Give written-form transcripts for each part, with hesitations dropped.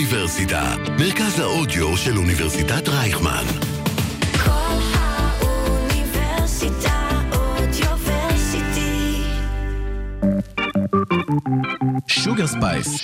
האוניברסיטה, מרכז האודיו של אוניברסיטת רייכמן. כל האוניברסיטה אודיוורסיטי. שוגר ספייס,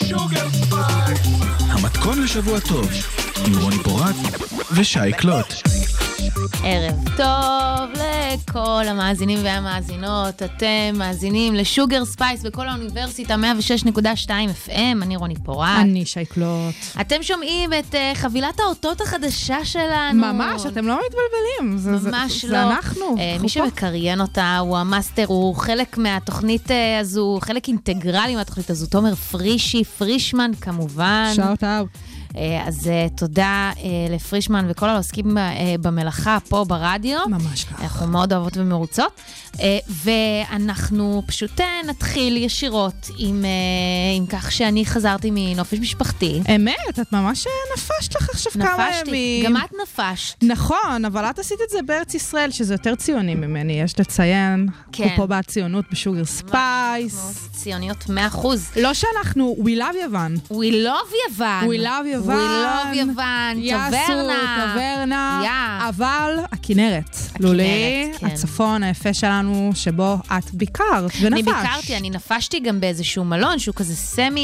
המתכון לשבוע טוב, עם רוני פורט ושי קלוט. ערב טוב לכל המאזינים והמאזינות, אתם מאזינים לשוגר ספייס בכל האוניברסיטה 106.2 FM, אני רוני פורט. אני שי קלוט. אתם שומעים את חבילת האותות החדשה שלנו. ממש, אתם לא מתבלבלים. ממש זה לא. אנחנו. מי שמקריין אותה הוא המאסטר, הוא חלק מהתוכנית הזו, חלק אינטגרלי מהתוכנית הזו, תומר פרישמן כמובן. שאוט אאוט. אז תודה לפרישמן וכל העוסקים במלאכה פה ברדיו. ממש ככה. אנחנו מאוד אוהבות ומרוצות. ואנחנו פשוט נתחיל ישירות עם כך שאני חזרתי מנופש משפחתי. אמת, את ממש נפשת לך עכשיו כמה ימים. גם את נפשת. נכון, אבל את עשית את זה בארץ ישראל, שזה יותר ציוני ממני, יש לציין. כן. אנחנו פה בציונות בשוגר ספייס. ציוניות 100%. לא שאנחנו, we love יוון. We love יוון. We love יוון. We love יוון. טברנה. אבל הכנרת. לולי, כן. הצפון היפה שלנו, שבו את ביקרת ונפש. אני ביקרתי, אני נפשתי גם באיזשהו מלון, שהוא כזה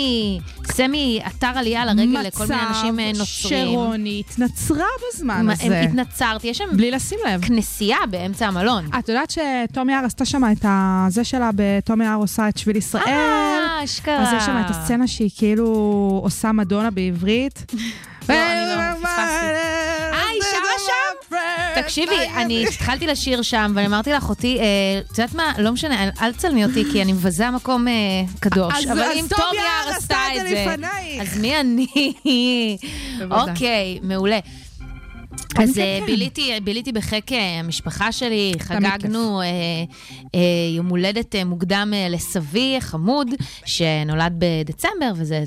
סמי אתר עלייה לרגל לכל מיני אנשים נוצרים. מצב שרוני התנצרה בזמן הזה. התנצרתי, יש שם בלי לשים לב. כנסייה באמצע המלון. את יודעת שתום יער עשתה שם את זה שלה, בתום יער עושה את שביל ישראל. אשכרה. אז יש שם את הסצנה שהיא כאילו עושה מדונה בעברית. לא, אני לא, פספסתי. היא שרה שם? תקשיבי, אני התחלתי לשיר שם, ואני אמרתי לאחותי, את יודעת מה, לא משנה, אל תצלמי אותי, כי אני מבזה מקום קדוש. אבל אם תום יער עשתה את זה, אז מי אני? אוקיי, מעולה. אז ביליתי בחיק המשפחה שלי, חגגנו יום הולדת מוקדם לסבי, חמוד, שנולד בדצמבר, וזה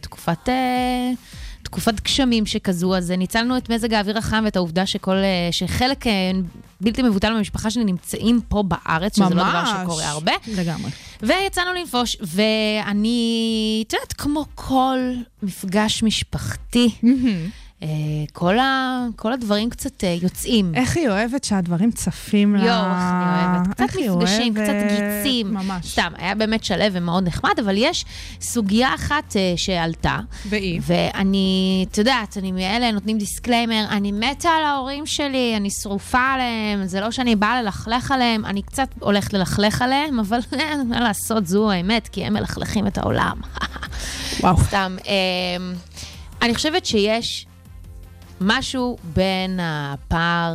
תקופת גשמים שכזו, אז ניצלנו את מזג האוויר החם ואת העובדה שחלק בלתי מבוטל במשפחה שלי נמצאים פה בארץ, שזה לא דבר שקורה הרבה. לגמרי. ויצאנו לנפוש, ואני, את יודעת, כמו כל מפגש משפחתי, כל הדברים קצת יוצאים. איך היא אוהבת שהדברים צפים לה? יו, איך אני אוהבת. קצת מפגשים, קצת גיצים. ממש. סתם, היה באמת שלב ומאוד נחמד, אבל יש סוגיה אחת שעלתה. ואני, את יודעת, אני מאלה נותנים דיסקליימר, אני מתה על ההורים שלי, אני שרופה עליהם, זה לא שאני באה ללכלך עליהם, אני קצת הולכת ללכלך עליהם, אבל מה לעשות, זו האמת, כי הם מלכלכים את העולם. וואו. סתם, אני חושבת שיש משהו בין הפער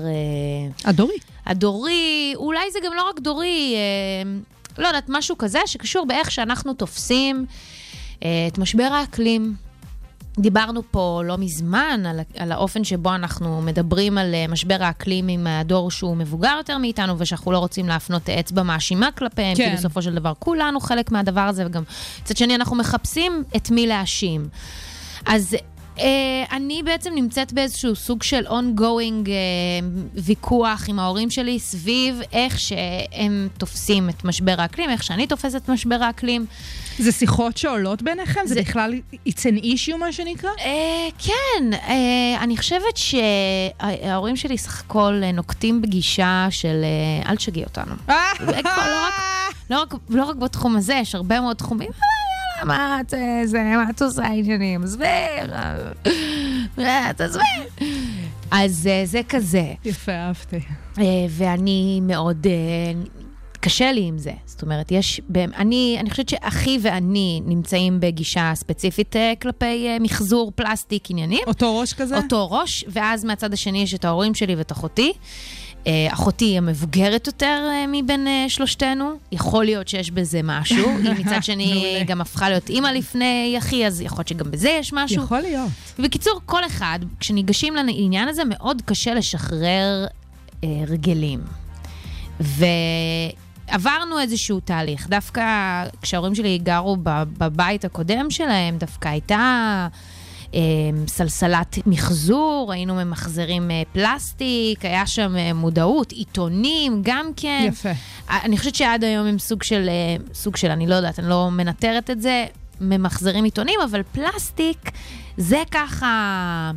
הדורי, אולי זה גם לא רק דורי, לא יודעת, משהו כזה שקשור באיך שאנחנו תופסים את משבר האקלים. דיברנו פה לא מזמן על האופן שבו אנחנו מדברים על משבר האקלים עם הדור שהוא מבוגר יותר מאיתנו, ושאנחנו לא רוצים להפנות אצבע מאשימה כלפיהם, כי בסופו של דבר כולנו חלק מהדבר הזה, וגם קצת שני אנחנו מחפשים את מי להאשים. אז אני בעצם נמצאת באיזשהו סוג של ongoing ויכוח עם ההורים שלי סביב איך שהם תופסים את משבר האקלים, איך שאני תופסת את משבר האקלים. זה שיחות שעולות ביניכם? זה בכלל it's an issue מה שנקרא? כן, אני חושבת שההורים שלי סך הכל נוקטים בגישה של אל תשגעי אותנו. לא רק בתחום הזה, יש הרבה מאוד תחומים. מה את עושה עניינים? תסביר. אז זה כזה. יפה, אהבתי. ואני מאוד קשה לי עם זה. זאת אומרת, אני חושבת שאחי ואני נמצאים בגישה ספציפית כלפי מחזור פלסטיק עניינים. אותו ראש כזה? אותו ראש, ואז מהצד השני יש את ההורים שלי ואת אחותי. אחותי המבוגרת יותר מבין שלושתנו, יכול להיות שיש בזה משהו, היא מצד שני גם הפכה להיות אימא לפני אחי, אז יכול להיות שגם בזה יש משהו. יכול להיות. ובקיצור, כל אחד, כשניגשים לעניין הזה, מאוד קשה לשחרר רגלים. ועברנו איזשהו תהליך, דווקא כשההורים שלי גרו בבית הקודם שלהם, דווקא הייתה סלסלת מחזור, היינו ממחזרים פלסטיק, היה שם מודעות, עיתונים, גם כן. יפה. אני חושבת שעד היום הם סוג של, אני לא יודעת, אני לא מנטרת את זה, ממחזרים עיתונים, אבל פלסטיק זה ככה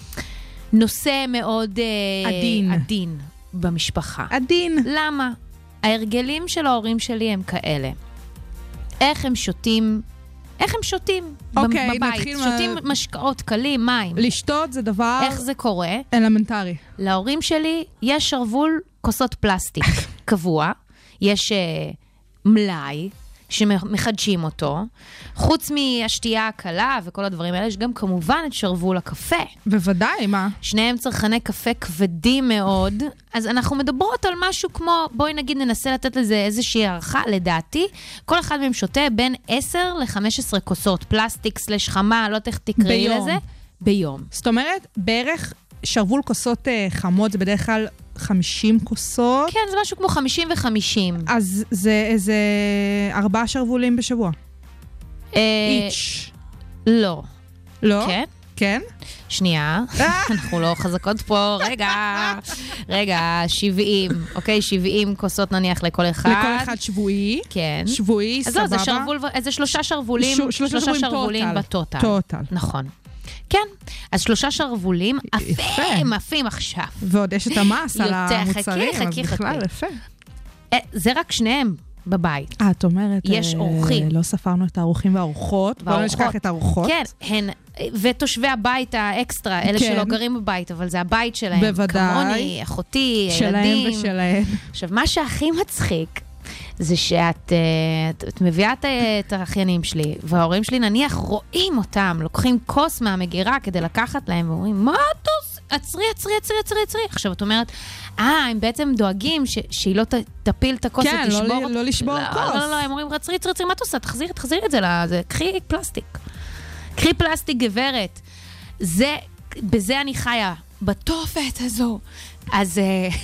נושא מאוד עדין במשפחה. עדין. למה? ההרגלים של ההורים שלי הם כאלה. איך הם שותים אוקיי, בבית? נתחיל שותים משקאות קלים, מים. לשתות זה דבר איך זה קורה? אלמנטרי. להורים שלי יש שרוול כוסות פלסטיק קבוע, יש מלאי שמחדשים אותו, חוץ מהשתייה הקלה וכל הדברים האלה, יש גם כמובן את שרוול הקפה. בוודאי, מה? שניהם צרכני קפה כבדים מאוד, אז אנחנו מדברות על משהו כמו, בואי נגיד ננסה לתת לזה איזושהי הערכה, לדעתי, כל אחד מהם שותה בין 10 ל-15 כוסות פלסטיק סלש חמה, לא תקראי לזה, ביום. זאת אומרת, בערך שרוול כוסות חמות, זה בדרך כלל 50 כוסות. כן, זה משהו כמו 50 ו-50. אז זה איזה 4 שרוולים בשבוע. איץ'. לא. לא? כן? כן? שנייה, אנחנו לא חזקות פה, רגע, 70, אוקיי? 70 כוסות נניח לכל אחד. לכל אחד שבועי. כן. שבועי, אז סבבה. לא, זה שרוול, איזה 3 שרוולים, 3 שרוולים בטוטל. טוטל. נכון. כן, אז 3 שרוולים, עפים עכשיו. ועוד יש את המס על המוצרים, חכי. אז בכלל יפה. זה רק שניהם בבית. את אומרת, יש אורחים. לא ספרנו את האורחים והאורחות, בואו נשכח את האורחות. כן, הן, ותושבי הבית האקסטרה, אלה שלא גרים בבית, אבל זה הבית שלהם. בוודאי. כמוני, אחותי, שלהם ילדים. ושלהם. עכשיו, מה שהכי מצחיק, זה שאת מביאה את האחיינים שלי, וההורים שלי נניח רואים אותם, לוקחים כוס מהמגירה כדי לקחת להם, ואומרים, מה את עושה? עצרי. עכשיו, את אומרת, הם בעצם דואגים שהיא לא תפיל את הכוס ותשבור. כן, לא לשבור כוס. לא, הם אומרים, עצרי, מה את עושה? תחזירי את זה, קחי פלסטיק. קחי פלסטיק, גברת. בזה אני חיה, בתופת הזו. אז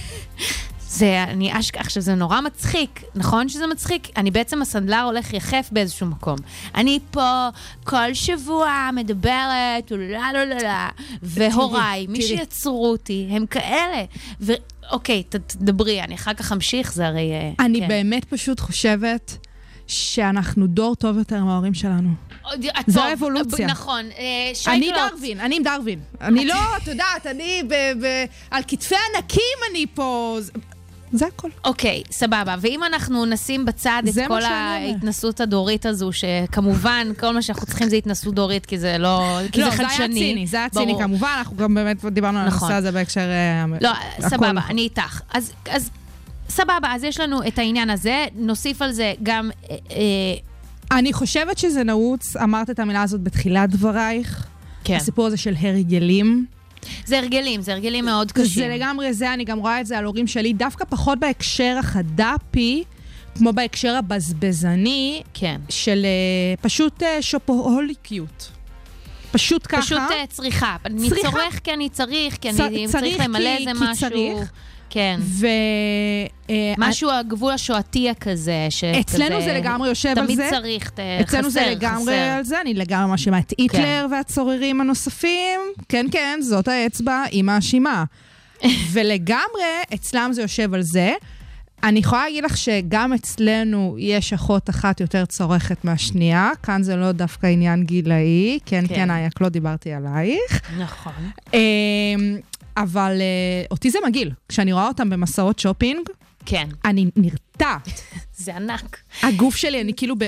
עכשיו זה נורא מצחיק, נכון שזה מצחיק? אני בעצם הסנדלר הולך יחף באיזשהו מקום. אני פה כל שבוע מדברת, והוריי, מי שיצרו אותי, הם כאלה. אוקיי, תדברי, אני אחר כך אמשיך, זה הרי... אני באמת פשוט חושבת שאנחנו דור טוב יותר מההורים שלנו. זו האבולוציה. נכון. אני עם דרווין. אני לא, את יודעת, אני על כתפי ענקים אני פה... זה הכל. אוקיי, סבבה. ואם אנחנו נשים בצד את כל ההתנסות הדורית הזו, שכמובן, כל מה שאנחנו צריכים זה התנסות דורית, כי זה לא... כי זה חדשני. זה היה ציני, כמובן. אנחנו גם באמת דיברנו על הנושא הזה בהקשר... לא, סבבה, אני איתך. אז סבבה, אז יש לנו את העניין הזה. נוסיף על זה גם... אני חושבת שזה נעוץ, אמרת את המילה הזאת בתחילת דברייך. כן. הסיפור הזה של הרגלים. זה הרגלים מאוד קשים. זה לגמרי זה, אני גם רואה את זה על הורים שלי, דווקא פחות בהקשר החדפי, כמו בהקשר הבזבזני, כן. של פשוט שופוהוליקיות. פשוט ככה. פשוט צריכה. אני צורך כי אני צריך, כי אני צריך למלא איזה משהו. צריך. כן. משהו הגבול השואתי הכזה. אצלנו זה לגמרי יושב על זה. תמיד צריך, חסר. אצלנו זה לגמרי על זה, אני לגמרי מאשימה את היטלר והצוררים הנוספים. כן, זאת האצבע עם האשימה. ולגמרי, אצלם זה יושב על זה. אני יכולה להגיד לך שגם אצלנו יש אחות אחת יותר צורכת מהשנייה. כאן זה לא דווקא עניין גילאי. כן, אייק, לא דיברתי עלייך. נכון. אבל אותי זה מגעיל. כשאני רואה אותם במסעות שופינג, כן. אני נרתעת. זה ענק. הגוף שלי, אני כאילו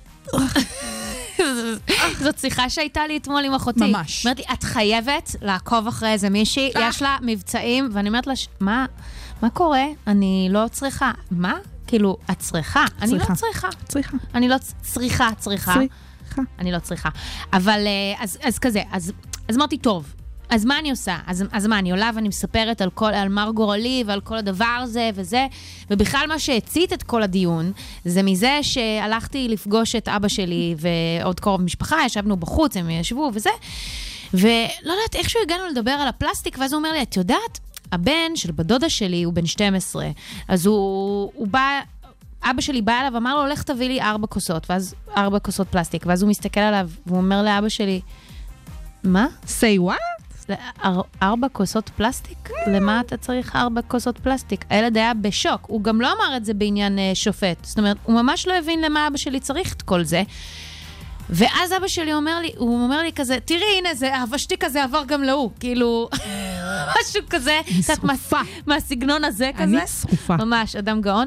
זאת שיחה שהייתה לי אתמול עם אחותי. ממש. אמרתי, את חייבת לעקוב אחרי איזה מישהי, יש לה מבצעים, ואני אומרת לה, מה קורה? אני לא צריכה. מה? כאילו, את צריכה. אני לא צריכה. צריכה. אני לא צריכה. אני לא צריכה. אבל, אז כזה, אז אמרתי, טוב, אז מה אני עושה? אז מה, אני עולה ואני מספרת על מר גורלי ועל כל הדבר הזה וזה, ובכלל מה שהצית את כל הדיון, זה מזה שהלכתי לפגוש את אבא שלי ועוד קרוב משפחה, ישבנו בחוץ, הם ישבו וזה, ולא יודעת, איכשהו הגענו לדבר על הפלסטיק, ואז הוא אומר לי, את יודעת, הבן של בדודה שלי הוא בן 12, אז הוא בא... אבא שלי בא אליו, אמר לו, הולך תביא לי 4 כוסות, ואז 4 כוסות פלסטיק, ואז הוא מסתכל עליו, והוא אומר לאבא שלי, מה? say what? 4 כוסות פלסטיק? למה אתה צריך 4 כוסות פלסטיק? הילד היה בשוק, הוא גם לא אמר את זה בעניין שופט, זאת אומרת, הוא ממש לא הבין למה אבא שלי צריך את כל זה, ואז אבא שלי הוא אומר לי כזה, תראי, הנה, זה הוושתיק הזה עבר גם להוא, כאילו, משהו כזה, מהסגנון הזה כזה. אני שרופה. ממש, אדם גאון.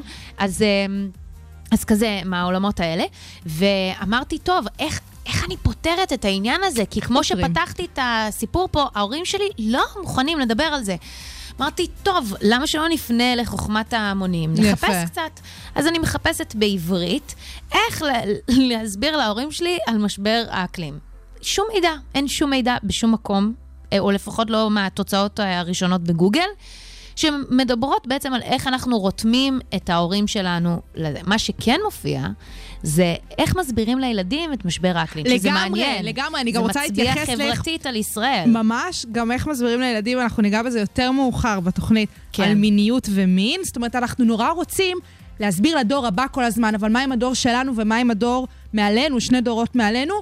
אז כזה, מהעולמות האלה, ואמרתי, טוב, איך אני פותרת את העניין הזה? כי כמו שפתחתי את הסיפור פה, ההורים שלי לא מוכנים לדבר על זה. אמרתי, טוב, למה שלא נפנה לחוכמת ההמונים? נחפש קצת. אז אני מחפשת בעברית איך להסביר להורים שלי על משבר האקלים. שום מידע, אין שום מידע בשום מקום, או לפחות לא מהתוצאות הראשונות בגוגל, שמדברות בעצם על איך אנחנו רותמים את ההורים שלנו לזה. מה שכן מופיע, זה איך מסבירים לילדים את משבר האקלים, שזה מעניין. לגמרי, אני גם רוצה להתייחס זה מצביע חברתית על ישראל. ממש, גם איך מסבירים לילדים, אנחנו ניגע בזה יותר מאוחר בתוכנית, על מיניות ומין, זאת אומרת, אנחנו נורא רוצים להסביר לדור הבא כל הזמן, אבל מה עם הדור שלנו ומה עם הדור מעלינו, 2 דורות מעלינו,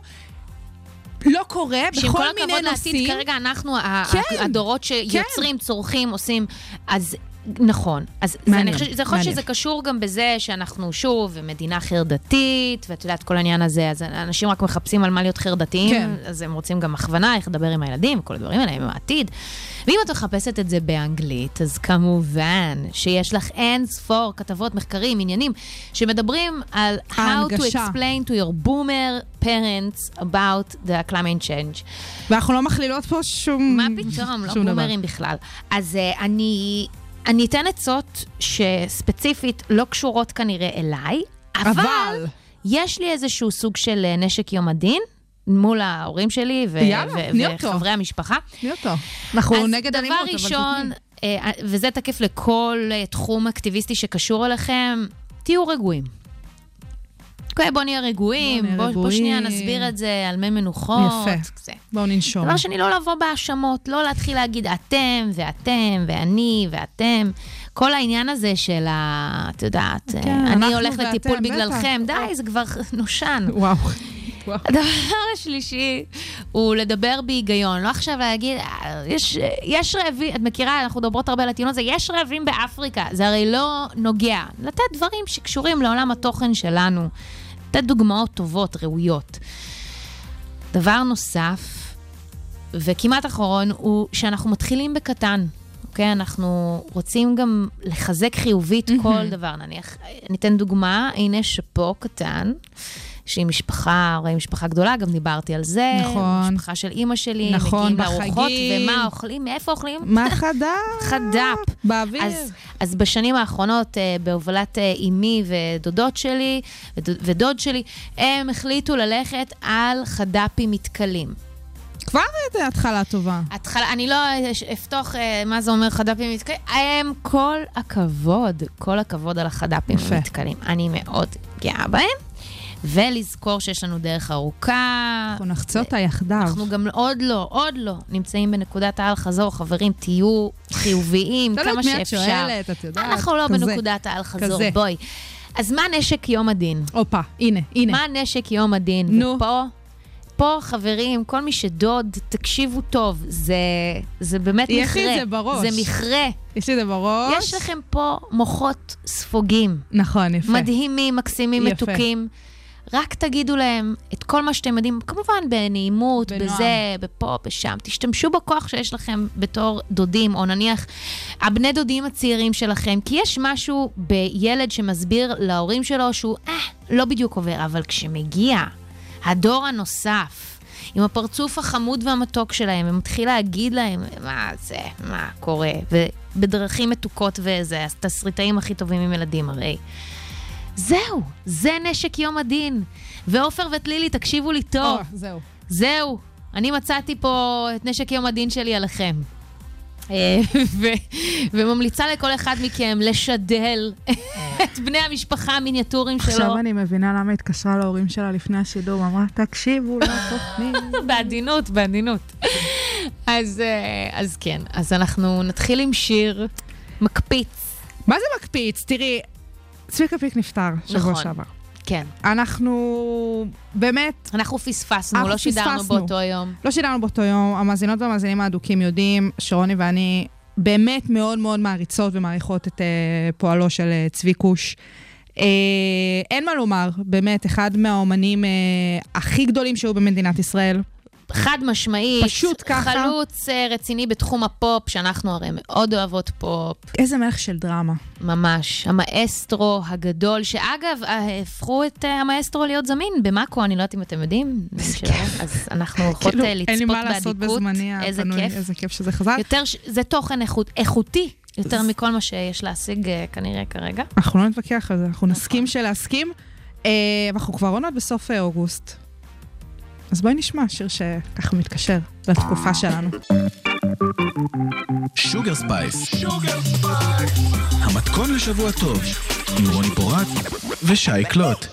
לא קורה בכל מיני נושאים. כרגע אנחנו, הדורות שיוצרים, צורכים, עושים, אז נכון. אז זה יכול שזה קשור גם בזה שאנחנו שוב מדינה חרדתית, ואת יודעת כל העניין הזה, אז אנשים רק מחפשים על מה להיות חרדתיים, אז הם רוצים גם הכוונה, איך לדבר עם הילדים, וכל הדברים האלה עם העתיד. ואם את מחפשת את זה באנגלית, אז כמובן שיש לך אין ספור כתבות, מחקרים, עניינים, שמדברים על how to explain to your boomer parents about the climate change. ואנחנו לא מכלילות פה שום... מה פתאום? לא בומרים בכלל. אז אני אתן עצות שספציפית לא קשורות כנראה אליי, אבל יש לי איזשהו סוג של נשק יום הדין, מול ההורים שלי וחברי המשפחה. אנחנו נגד אלימות, אבל... אז דבר ראשון, וזה תקף לכל תחום אקטיביסטי שקשור אליכם, תהיו רגועים. אוקיי, בואו נהיה רגועים, בואו שנייה נסביר את זה על מי מנוחות. יפה, בואו ננשום. דבר שני, לא לבוא בהאשמות, לא להתחיל להגיד אתם ואתם ואני ואתם. כל העניין הזה של את יודעת, אני הולך לטיפול בגללכם, די, זה כבר נושן. וואו. הדבר השלישי הוא לדבר בהיגיון, לא עכשיו להגיד, יש רעבים, את מכירה, אנחנו מדברות הרבה על הטיעון הזה, יש רעבים באפריקה, זה הרי לא נוגע. לתת דברים שקשורים לעולם התוכן שלנו, לתת דוגמאות טובות, ראויות. דבר נוסף, וכמעט אחרון, הוא שאנחנו מתחילים בקטן. אוקיי, אנחנו רוצים גם לחזק חיובית כל דבר. נניח, ניתן דוגמה, הנה שפו קטן, שהיא משפחה, הרי משפחה גדולה, גם דיברתי על זה. נכון. משפחה של אמא שלי, נכון, מגיעים לארוחות, ומה אוכלים, מאיפה אוכלים? מה חד"פ? חד"פ. באוויר. אז בשנים האחרונות, בהובלת אמי ודודות שלי, ודוד שלי, הם החליטו ללכת על חד"פים מתכלים. כבר זה התחלה טובה. אני לא אפתוח מה זה אומר חד"פים מתכלים. הם כל הכבוד על החד"פים מתכלים. אני מאוד גאה בהם. ולזכור שיש לנו דרך ארוכה. אנחנו נחצה אותה יחדיו. אנחנו גם עוד לא נמצאים בנקודת העל חזור. חברים, תהיו חיוביים כמה שאפשר. שואלת, את יודעת. אנחנו לא בנקודת העל חזור, בואי. אז מה נשק יום הדין? אופה, הנה. מה נשק יום הדין? נו. פה, חברים, כל מי שדוד, תקשיבו טוב, זה באמת מכרה. יש לי את זה בראש. זה מכרה. יש לי את זה בראש. יש לכם פה מוחות ספוגים. נכון, יפה. מדהימים, מקסימים, מתוקים. רק תגידו להם את כל מה שאתם יודעים, כמובן בנעימות, בזה, בפה, בשם. תשתמשו בכוח שיש לכם בתור דודים, או נניח הבני דודים הצעירים שלכם, כי יש משהו בילד שמסביר להורים שלו שהוא לא בדיוק עובר, אבל כשמגיע הדור הנוסף, עם הפרצוף החמוד והמתוק שלהם, ומתחיל להגיד להם מה קורה, ובדרכים מתוקות וזה, אז תסריטאים הכי טובים עם ילדים הרי. זהו, זה נשק יום הדין. ואופר ותלילי, תקשיבו לי טוב. זהו. אני מצאתי פה את נשק יום הדין שלי עליכם. וממליצה לכל אחד מכם לשדל את בני המשפחה המיניאטורים שלו. עכשיו אני מבינה למה התקשרה להורים שלה לפני השידור, אמרה, תקשיבו לתוכנית. בעדינות. אז כן, אז אנחנו נתחיל עם שיר מקפיץ. מה זה מקפיץ? תראי, צביקה פיק נפטר שבוע שעבר. כן. אנחנו באמת... אנחנו פספסנו, לא שידרנו באותו יום. לא שידרנו באותו יום. המאזינות והמאזינים האדוקים יודעים שרוני ואני באמת מאוד מאוד מעריצות ומעריכות את פועלו של צביקוש. אין מה לומר, באמת, אחד מהאומנים הכי גדולים שהיו במדינת ישראל. חד משמעית, פשוט ככה. חלוץ רציני בתחום הפופ, שאנחנו הרי מאוד אוהבות פופ. איזה מלך של דרמה. ממש. המאסטרו הגדול, שאגב, הפכו את המאסטרו להיות זמין במאקו, אני לא יודעת אם אתם יודעים. אז אנחנו הולכות לצפות אין לי מה לעשות באדיקות. בזמני הפנוי, איזה כיף שזה חזר. זה תוכן איכותי, יותר מכל מה שיש להשיג כנראה כרגע. אנחנו לא נתווכח על זה, אנחנו נסכים שלהסכים. אנחנו כבר עונות בסוף אוגוסט. אז בואי נשמע שיר שככה מתקשר לתקופה שלנו. שוגר ספייס. המתכון לשבוע טוב. עם רוני פורט ושי קלוט.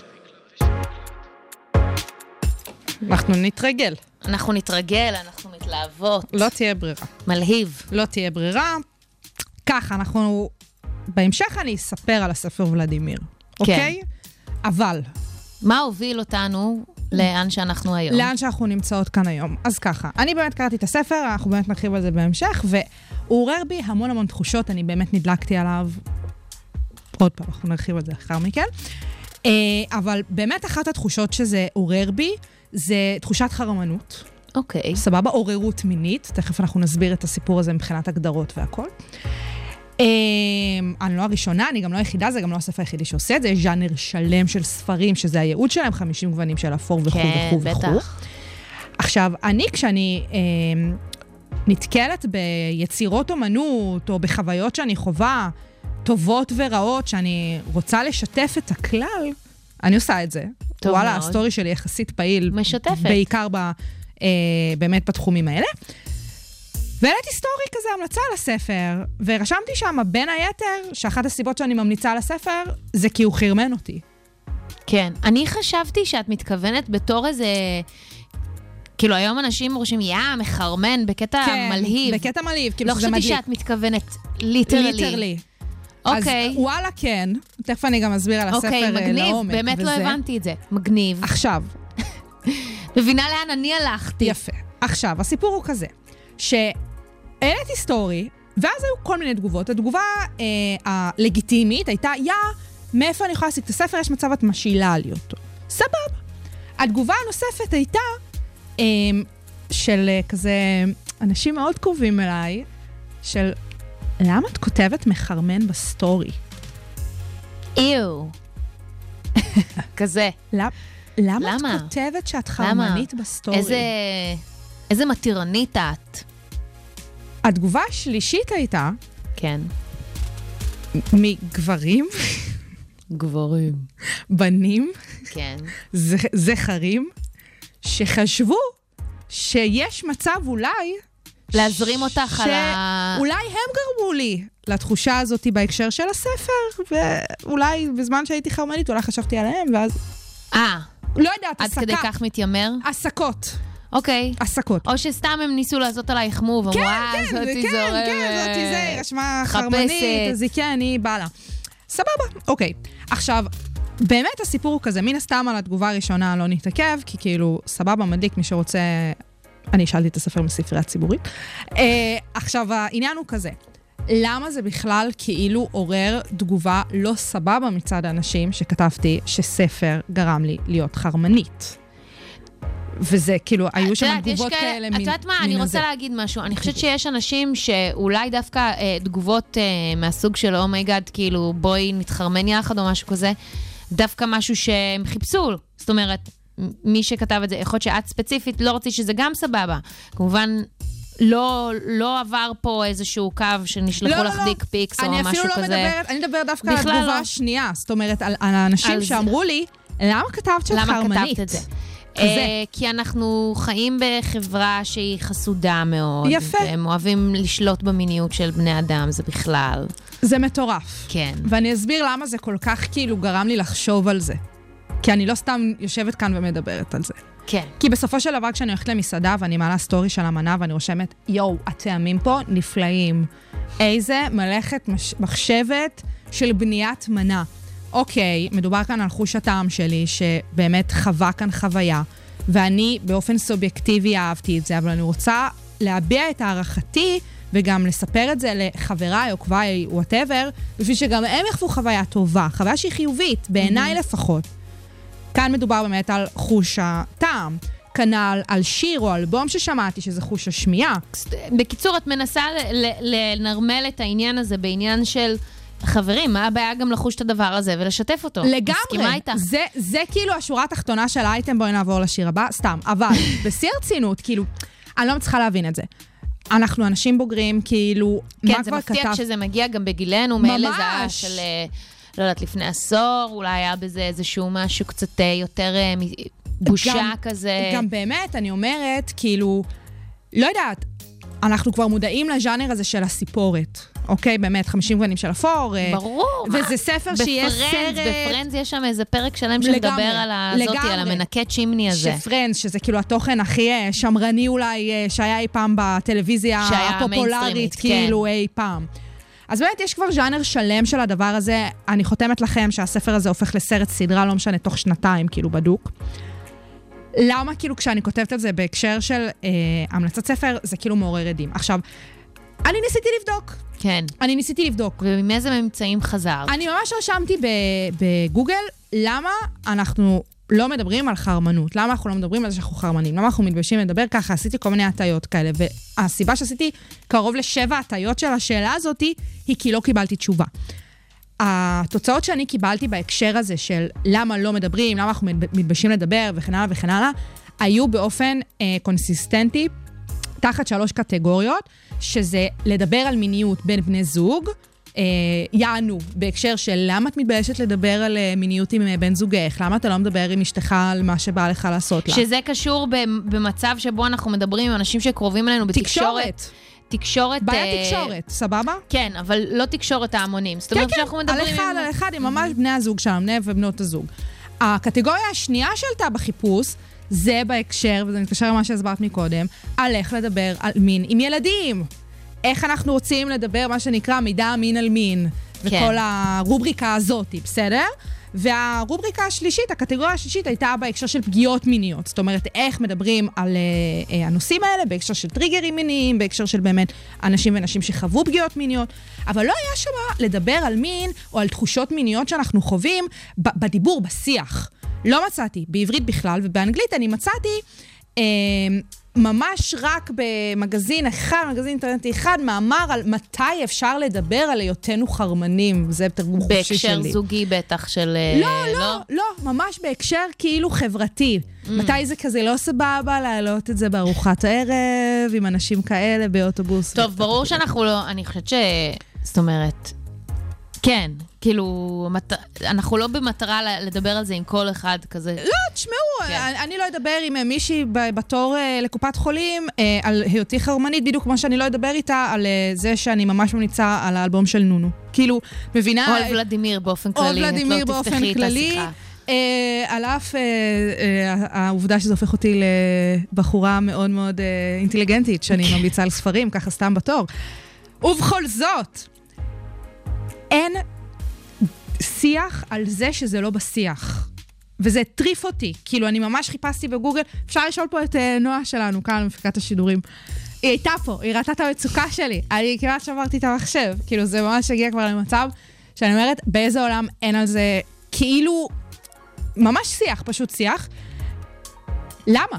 אנחנו נתרגל. אנחנו נתרגל, אנחנו מתלהבות. לא תהיה ברירה. מלהיב. לא תהיה ברירה. ככה, אנחנו... בהמשך אני אספר על הספר ולדימיר. אוקיי? אבל... מה הוביל אותנו לאן שאנחנו היום? לאן שאנחנו נמצאות כאן היום. אז ככה, אני באמת קראתי את הספר, אנחנו באמת נרחיב על זה בהמשך, והוא עורר בי המון המון תחושות, אני באמת נדלקתי עליו. עוד פעם, אנחנו נרחיב על זה אחר מכן. אבל באמת אחת התחושות שזה עורר בי, זה תחושת חרמנות. אוקיי. סבבה, עוררות מינית, תכף אנחנו נסביר את הסיפור הזה מבחינת הגדרות והכל. אני לא הראשונה, אני גם לא היחידה, זה גם לא הספר היחידי שעושה את זה, יש ז'אנר שלם של ספרים, שזה הייעוד שלהם, 50 גוונים של אפור וכו' וכו' וכו'. כן, בטח. עכשיו, כשאני נתקלת ביצירות אומנות, או בחוויות שאני חווה, טובות ורעות, שאני רוצה לשתף את הכלל, אני עושה את זה. טוב וואלה, מאוד. הסטורי שלי יחסית פעיל. משתפת. בעיקר באמת בתחומים האלה. והעליתי סטורי כזה, המלצה על הספר, ורשמתי שם בין היתר, שאחת הסיבות שאני ממליצה על הספר, זה כי הוא חרמן אותי. כן. אני חשבתי שאת מתכוונת בתור איזה... כאילו, היום אנשים רושמים, מחרמן, בקטע מלהיב. כן, בקטע מלהיב, כאילו לא שזה מדליק. חשבתי שאת מתכוונת ליטרלי. ליטרלי. אוקיי. אז וואלה כן, תכף אני גם אסביר על הספר אוקיי, מגניב, לעומק. באמת לא וזה. הבנתי את זה. מגניב. עכשיו. מבינה לאן אני הלכתי. יפה. עכשיו, הסיפור הוא כזה, שהעליתי סטורי, ואז היו כל מיני תגובות. התגובה הלגיטימית הייתה, מאיפה אני יכולה להשיג את הספר? יש מצב את משאילה לי אותו. סבב. התגובה הנוספת הייתה, של כזה, אנשים מאוד קרובים אליי, של, למה את כותבת מחרמן בסטורי? איו. כזה. למה את כותבת שאת חרמנית בסטורי? איזה מתירנית את. התגובה השלישית הייתה, כן. מגברים, גברים. בנים, כן. זכרים, שחשבו שיש מצב אולי... להזרים אותך על ה... שאולי הם גרמו לי לתחושה הזאת בהקשר של הספר, ואולי בזמן שהייתי חרמנית, אולי חשבתי עליהם, ואז... לא יודעת, עד כדי כך מתיימר? עסקות. אוקיי. עסקות. או שסתם הם ניסו לעשות עלייך מוב, אמרו, זאתי זורמת. כן, זאתי זה, היא רשמה חרמנית, אז היא כן, היא באה לה. סבבה, אוקיי. עכשיו, באמת הסיפור הוא כזה, מן הסתם על התגובה הראשונה לא נתעכב, כי כאילו, סבבה, מדליק, מי שרוצה... אני שאלתי את הספר מספרייה ציבורית. עכשיו, העניין הוא כזה. למה זה בכלל כאילו עורר תגובה לא סבבה מצד האנשים שכתבתי שספר גרם לי להיות חרמנית? וזה כאילו, היו שם תגובות כאלה מן הזה. את יודעת מה, אני רוצה להגיד משהו. אני חושבת שיש אנשים שאולי דווקא תגובות מהסוג של אומייגאד, כאילו בואי נתחרמן יחד או משהו כזה, דווקא משהו שהם חיפשו. זאת אומרת, מי שכתב את זה, יכול להיות שאת ספציפית לא רצית שזה גם סבבה. כמובן, לא עבר פה איזשהו קו שנשלחו לך דיק פיקס או משהו כזה. אני אפילו לא מדברת, אני מדבר דווקא על התגובה השנייה. זאת אומרת, על האנשים שאמרו לי, למה כתבת שאת חרמנית? למה כתבת את זה? כי אנחנו חיים בחברה שהיא חסודה מאוד. יפה. והם אוהבים לשלוט במיניות של בני אדם, זה בכלל. זה מטורף. כן. ואני אסביר למה זה כל כך כאילו גרם לי לחשוב על זה. כי אני לא סתם יושבת כאן ומדברת על זה. כן. כי בסופו של דבר כשאני הולכת למסעדה ואני מעלה סטורי של המנה ואני רושמת, הטעמים פה נפלאים. איזה מלאכת מחשבת של בניית מנה. אוקיי, מדובר כאן על חוש הטעם שלי, שבאמת חווה כאן חוויה, ואני באופן סובייקטיבי אהבתי את זה, אבל אני רוצה להביע את הערכתי וגם לספר את זה לחבריי או קוואי, whatever, בשביל שגם הם יחוו חוויה טובה, חוויה שהיא חיובית, בעיניי לפחות. כאן מדובר באמת על חוש הטעם, כנ"ל על שיר או אלבום ששמעתי, שזה חוש השמיעה. בקיצור, את מנסה לנרמל את העניין הזה בעניין של חברים, מה הבעיה גם לחוש את הדבר הזה ולשתף אותו? לגמרי. זה כאילו השורה התחתונה של האייטם, בואי נעבור לשיר הבא, סתם. אבל בשיא הרצינות, כאילו, אני לא מצליחה להבין את זה. אנחנו אנשים בוגרים, כאילו, מה כבר כתב? כן, זה מפתיע כשזה מגיע גם בגילנו, מאלה זה היה של, לא יודעת, לפני עשור, אולי היה בזה איזשהו משהו קצת יותר בושה כזה. גם באמת, אני אומרת, כאילו, לא יודעת, אנחנו כבר מודעים לז'אנר הזה של הסיפורת. אוקיי, באמת, 50 גוונים של אפור. ברור. וזה ספר שיהיה סרט. בפרנדס יש שם איזה פרק שלם שמדבר על הזאתי, על המנקה צ'ימני הזה. שפרנדס, שזה כאילו התוכן הכי שמרני אולי, שהיה אי פעם בטלוויזיה הפופולרית, כאילו אי פעם. אז באמת יש כבר ז'אנר שלם של הדבר הזה. אני חותמת לכם שהספר הזה הופך לסרט סדרה, לא משנה, תוך שנתיים, כאילו בדוק. למה כאילו כשאני כותבת את זה בהקשר של המלצת ספר, זה כאילו מעורר עדים. עכשיו, אני ניסיתי לבדוק. כן. אני ניסיתי לבדוק. ומאיזה ממצאים חזרת? אני ממש רשמתי בגוגל, למה אנחנו לא מדברים על חרמנות? למה אנחנו לא מדברים על זה שאנחנו חרמנים? למה אנחנו מתביישים לדבר ככה? עשיתי כל מיני הטיות כאלה, והסיבה שעשיתי קרוב ל7 הטיות של השאלה הזאת, היא כי לא קיבלתי תשובה. התוצאות שאני קיבלתי בהקשר הזה של למה לא מדברים, למה אנחנו מתביישים לדבר וכן הלאה וכן הלאה, היו באופן קונסיסטנטי, תחת 3 קטגוריות, שזה לדבר על מיניות בין בני זוג, יענו, בהקשר של למה את מתביישת לדבר על מיניות עם בן זוגך, למה אתה לא מדבר עם אשתך על מה שבא לך לעשות לה. שזה קשור במצב שבו אנחנו מדברים עם אנשים שקרובים אלינו בתקשורת. תקשורת... בעיה תקשורת, סבבה? כן, אבל לא תקשורת ההמונים. זאת אומרת שאנחנו מדברים על אחד עם ממש בני הזוג שלנו, בני ובנות הזוג. הקטגוריה השנייה שעלתה בחיפוש, זה בהקשר, וזה מתקשר למה שהסברת מקודם, על איך לדבר על מין עם ילדים. איך אנחנו רוצים לדבר, מה שנקרא, מידע מין על מין. וכל הרובריקה הזאת, בסדר? והרובריקה השלישית, הקטגוריה השלישית, הייתה בהקשר של פגיעות מיניות. זאת אומרת, איך מדברים על הנושאים האלה, בהקשר של טריגרים מיניים, בהקשר של באמת אנשים ונשים שחוו פגיעות מיניות. אבל לא היה שם לדבר על מין, או על תחושות מיניות שאנחנו חווים, בדיבור, בשיח. לא מצאתי, בעברית בכלל, ובאנגלית אני מצאתי ממש רק במגזין אחד, מגזין אינטרנטי אחד, מאמר על מתי אפשר לדבר על היותנו חרמנים. זה תרגום חופשי שלי. בהקשר זוגי בטח של... לא, ממש בהקשר כאילו חברתי. מתי זה כזה לא סבבה להעלות את זה בארוחת הערב, עם אנשים כאלה באוטובוס. טוב, ברור שאנחנו לא, אני חושבת זאת אומרת... כן, כאילו, אנחנו לא במטרה לדבר על זה עם כל אחד כזה. לא, תשמעו, אני לא אדבר עם מישהי בתור לקופת חולים על היותי חרמנית, בדיוק כמו שאני לא אדבר איתה על זה שאני ממש ממליצה על האלבום של נונו. כאילו, מבינה... או על ולדימיר באופן כללי. או על ולדימיר באופן כללי. על אף העובדה שזה הופך אותי לבחורה מאוד מאוד אינטליגנטית, שאני ממליצה על ספרים, ככה סתם בתור. ובכל זאת... אין שיח על זה שזה לא בשיח. וזה טריף אותי. כאילו, אני ממש חיפשתי בגוגל, אפשר לשאול פה את נועה שלנו, כאן מפיקת השידורים. היא הייתה פה, היא ראתה את המצוקה שלי. אני כמעט שברתי את המחשב. כאילו, זה ממש הגיע כבר למצב שאני אומרת, באיזה עולם אין על זה, כאילו, ממש שיח, פשוט שיח. למה?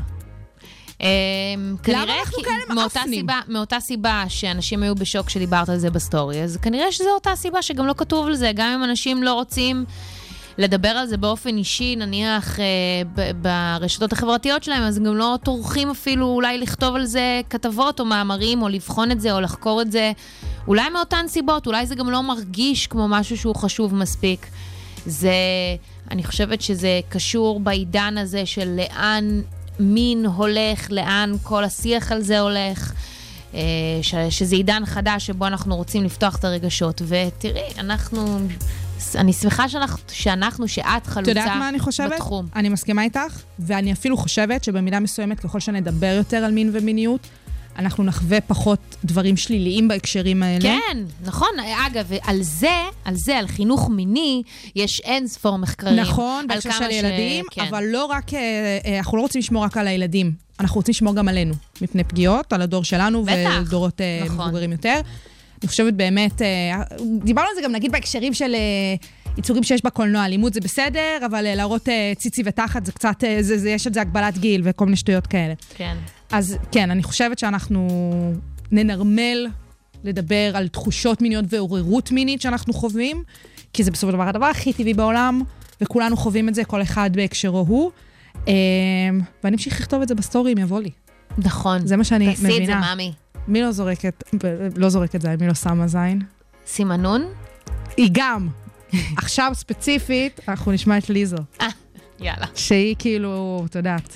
כנראה מאותה סיבה שאנשים היו בשוק שדיברת על זה בסטורי, אז כנראה שזו אותה סיבה שגם לא כתוב על זה, גם אם אנשים לא רוצים לדבר על זה באופן אישי, נניח ברשתות החברתיות שלהם, אז גם לא טורחים אפילו אולי לכתוב על זה כתבות או מאמרים, או לבחון את זה או לחקור את זה, אולי מאותן סיבות, אולי זה גם לא מרגיש כמו משהו שהוא חשוב מספיק. אני חושבת שזה קשור בעידן הזה של לאן מין הולך, לאן כל השיח על זה הולך, שזה עידן חדש שבו אנחנו רוצים לפתוח את הרגשות. ותראי, אני שמחה שאת חלוצה בתחום. אתה יודעת מה אני חושבת? אני מסכימה איתך, ואני אפילו חושבת שבמידה מסוימת, ככל שנדבר יותר על מין ומיניות, אנחנו נחווה פחות דברים שליליים בהקשרים האלה. כן, נכון. אגב, על חינוך מיני, יש אין ספור מחקרים. נכון, בהקשר של ילדים, אבל לא רק, אנחנו לא רוצים לשמור רק על הילדים. אנחנו רוצים לשמור גם עלינו, מפני פגיעות, על הדור שלנו ודורות מבוגרים יותר. אני חושבת באמת, דיברנו על זה גם נגיד בהקשרים של ייצורים שיש בקולנוע, אלימות זה בסדר, אבל להראות ציצי ותחת זה קצת, יש את זה הגבלת גיל וכל מיני שטויות כאלה. כן. אז כן, אני חושבת שאנחנו ננרמל לדבר על תחושות מיניות ועוררות מינית שאנחנו חווים, כי זה בסופו של דבר הדבר הכי טבעי בעולם, וכולנו חווים את זה, כל אחד בהקשרו הוא. ואני אמשיך לכתוב את זה בסטורי, אם יבוא לי. נכון. זה מה שאני מבינה. תעשי את זה, מאמי. מי לא זורקת זין, מי לא שמה זין? סימנון? היא גם. עכשיו ספציפית, אנחנו נשמע את ליזו. יאללה. שהיא כאילו, את יודעת.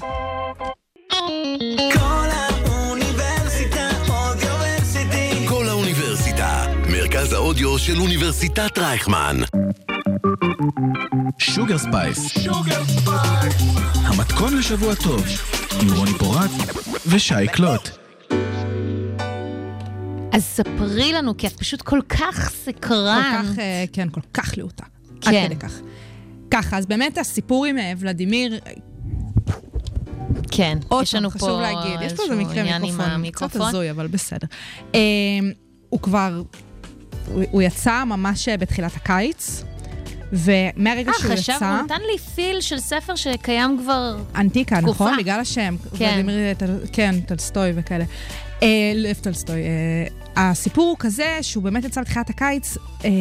כל האוניברסיטה, מרכז האודיו של אוניברסיטת רייכמן. שוגר ספייס. המתכון לשבוע טוב, עם רוני פורט ושי קלוט. אז ספרי לנו, כי את פשוט כל כך סקרן. כל כך, כן, כל כך לאותה. כן. עד כדי כך. ככה, אז באמת הסיפור עם ולדימיר, כן, יש לנו פה חשוב להגיד, יש פה איזה מקרה מיקרופון, קצת הזוי, אבל בסדר. הוא כבר, הוא יצא ממש בתחילת הקיץ, ומהרגע שהוא יצא... חשב, הוא נתן לי פיל של ספר שקיים כבר אנטיקה, תקופה. נכון? בגלל השם. כן. כן, טולסטוי וכאלה. לב טולסטוי. הסיפור הוא כזה שהוא באמת יצא בתחילת הקיץ,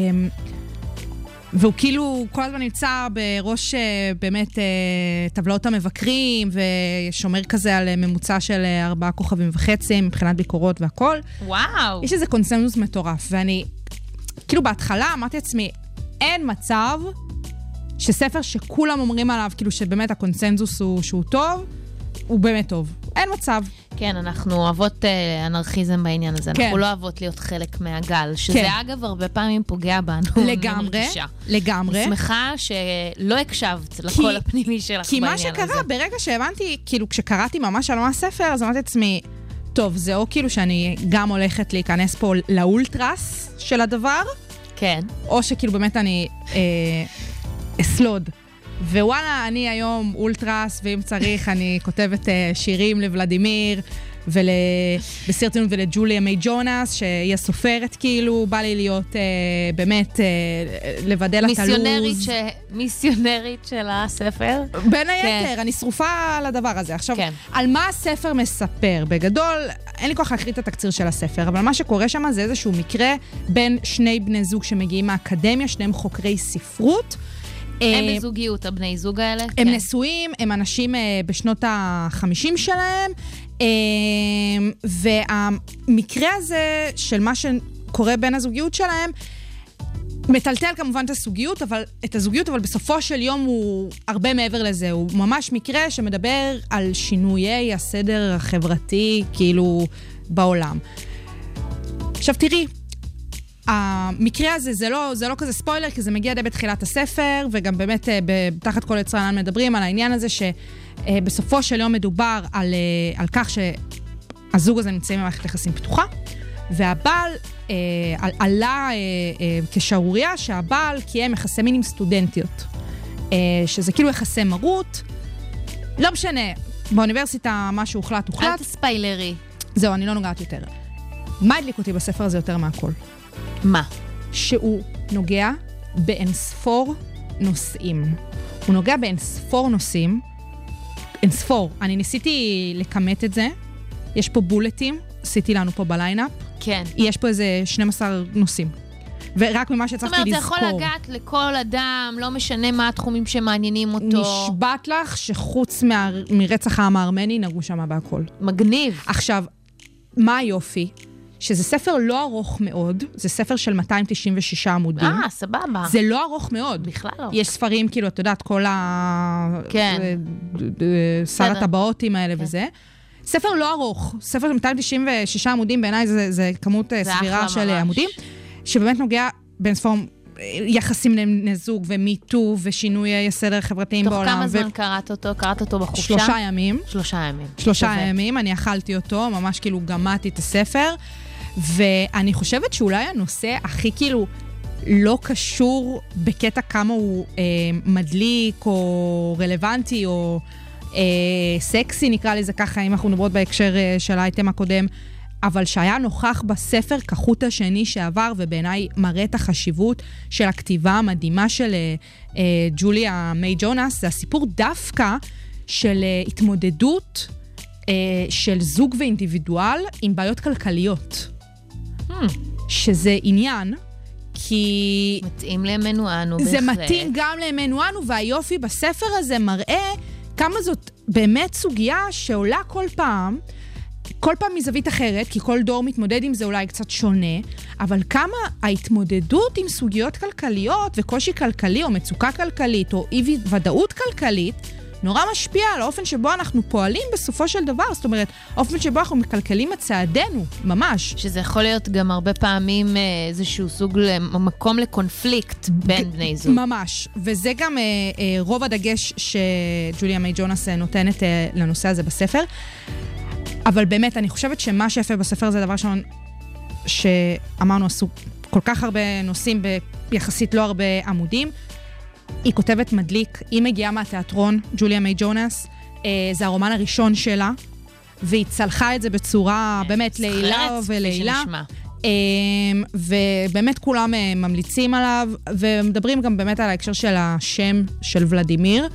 והוא כאילו כל הזמן נמצא בראש באמת טבלאות המבקרים, ושומר כזה על ממוצע של 4.5 כוכבים מבחינת ביקורות והכל. וואו. יש איזה קונסנזוס מטורף, ואני, כאילו בהתחלה אמרתי לעצמי, אין מצב שספר שכולם אומרים עליו, כאילו שבאמת הקונסנזוס הוא שהוא טוב, הוא באמת טוב. אין מצב. כן, אנחנו אוהבות אנרכיזם בעניין הזה. כן. אנחנו לא אוהבות להיות חלק מהגל, שזה כן. אגב הרבה פעמים פוגע בנו. לגמרי, לגמרי. אני שמחה שלא הקשבת לקול הפנימי שלך כי בעניין מה הזה. שקרה, ברגע שהבנתי, כאילו כשקראתי ממש על מה הספר, אז אמרתי לעצמי, טוב, זה או כאילו שאני גם הולכת להיכנס פה לאולטרס של הדבר, כן. או שכאילו באמת אני אסלוד. ווואלה, אני היום אולטרס, ואם צריך, אני כותבת שירים לוולדימיר, ובסרטון ולג'וליה מי ג'ונס, שהיא הסופרת כאילו, בא לי להיות באמת, לבדל את הלוז. מיסיונרית של הספר. בין היתר, אני שרופה על הדבר הזה. עכשיו, כן. על מה הספר מספר? בגדול, אין לי כוח להקריא את התקציר של הספר, אבל מה שקורה שם זה איזשהו מקרה בין שני בני זוג שמגיעים מהאקדמיה, שניהם חוקרי ספרות, הם בזוגיות, הבני זוג האלה? הם כן. נשואים, הם אנשים בשנות ה-50 שלהם, והמקרה הזה של מה שקורה בין הזוגיות שלהם, מטלטל כמובן את הזוגיות, אבל בסופו של יום הוא הרבה מעבר לזה. הוא ממש מקרה שמדבר על שינויי הסדר החברתי, כאילו, בעולם. עכשיו תראי, המקרה הזה זה לא כזה ספוילר, כי זה מגיע די בתחילת הספר, וגם באמת תחת כל יצרן מדברים על העניין הזה, שבסופו של יום מדובר על כך שהזוג הזה נמצאים במערכת יחסים פתוחה, והבעל עלה כשערוריה שהבעל קיים יחסי מין עם סטודנטיות, שזה כאילו יחסי מרות, לא משנה, באוניברסיטה מה שהוחלט. אל תספיילרי. זהו, אני לא נוגעת יותר. מה הדליק אותי בספר הזה יותר מהכל? מה? שהוא נוגע באינספור נושאים. הוא נוגע באינספור נושאים. אינספור. אני ניסיתי לקמת את זה. יש פה בולטים, עשיתי לנו פה בליינאפ. כן. יש פה איזה 12 נושאים. ורק ממה שצריכתי לזכור. זאת אומרת, זה יכול לגעת לכל אדם, לא משנה מה התחומים שמעניינים אותו. נשבעת לך שחוץ מרצח העם הארמני נגעו שם בהכל. מגניב. עכשיו, מה היופי? שזה ספר לא ארוך מאוד, זה ספר של 296 עמודים. סבבה. זה לא ארוך מאוד. בכלל לא. יש ספרים, כאילו, את יודעת, כל כן. שר הטבעותים האלה וזה. ספר לא ארוך, ספר של 296 עמודים, בעיניי זה כמות סבירה של עמודים, שבאמת נוגע בין ספור יחסים לזוג ומיטו ושינוי הסדר החברתיים בעולם. תוך כמה זמן קראת אותו? קראת אותו בחופשה? 3 ימים. 3 ימים. 3 ימים, אני אכלתי אותו, ממש כאילו גמעתי את הספר, ואני חושבת שאולי הנושא הכי כאילו לא קשור בקטע כמה הוא מדליק או רלוונטי או סקסי, נקרא לזה ככה, אם אנחנו מדברות בהקשר של האייטם הקודם, אבל שהיה נוכח בספר כחוט השני שעבר, ובעיניי מראה את החשיבות של הכתיבה המדהימה של ג'וליה מיי ג'ונס, זה הסיפור דווקא של התמודדות של זוג ואינדיבידואל עם בעיות כלכליות. שזה עניין, כי... מתאים לימינו אנו, בהחלט. זה מתאים גם לימינו אנו, והיופי בספר הזה מראה כמה זאת באמת סוגיה שעולה כל פעם מזווית אחרת, כי כל דור מתמודד עם זה אולי קצת שונה, אבל כמה ההתמודדות עם סוגיות כלכליות וקושי כלכלי או מצוקה כלכלית או אי ודאות כלכלית, נורא משפיע על האופן שבו אנחנו פועלים בסופו של דבר, זאת אומרת, האופן שבו אנחנו מקלקלים את צעדינו, ממש. שזה יכול להיות גם הרבה פעמים איזשהו סוג מקום לקונפליקט בין בני זוג. ממש, וזה גם רוב הדגש שג'וליה מיי ג'ונס נותנת לנושא הזה בספר. אבל באמת, אני חושבת שמה שיפה בספר זה דבר ראשון שאמרנו, עשו כל כך הרבה נושאים ביחסית לא הרבה עמודים. היא כותבת מדליק, היא מגיעה מהתיאטרון, ג'וליה מיי ג'ונס, זה הרומן הראשון שלה, והיא צלחה את זה בצורה באמת לעילה ולעילה. ובאמת כולם ממליצים עליו, ומדברים גם באמת על ההקשר של השם של ולדימיר.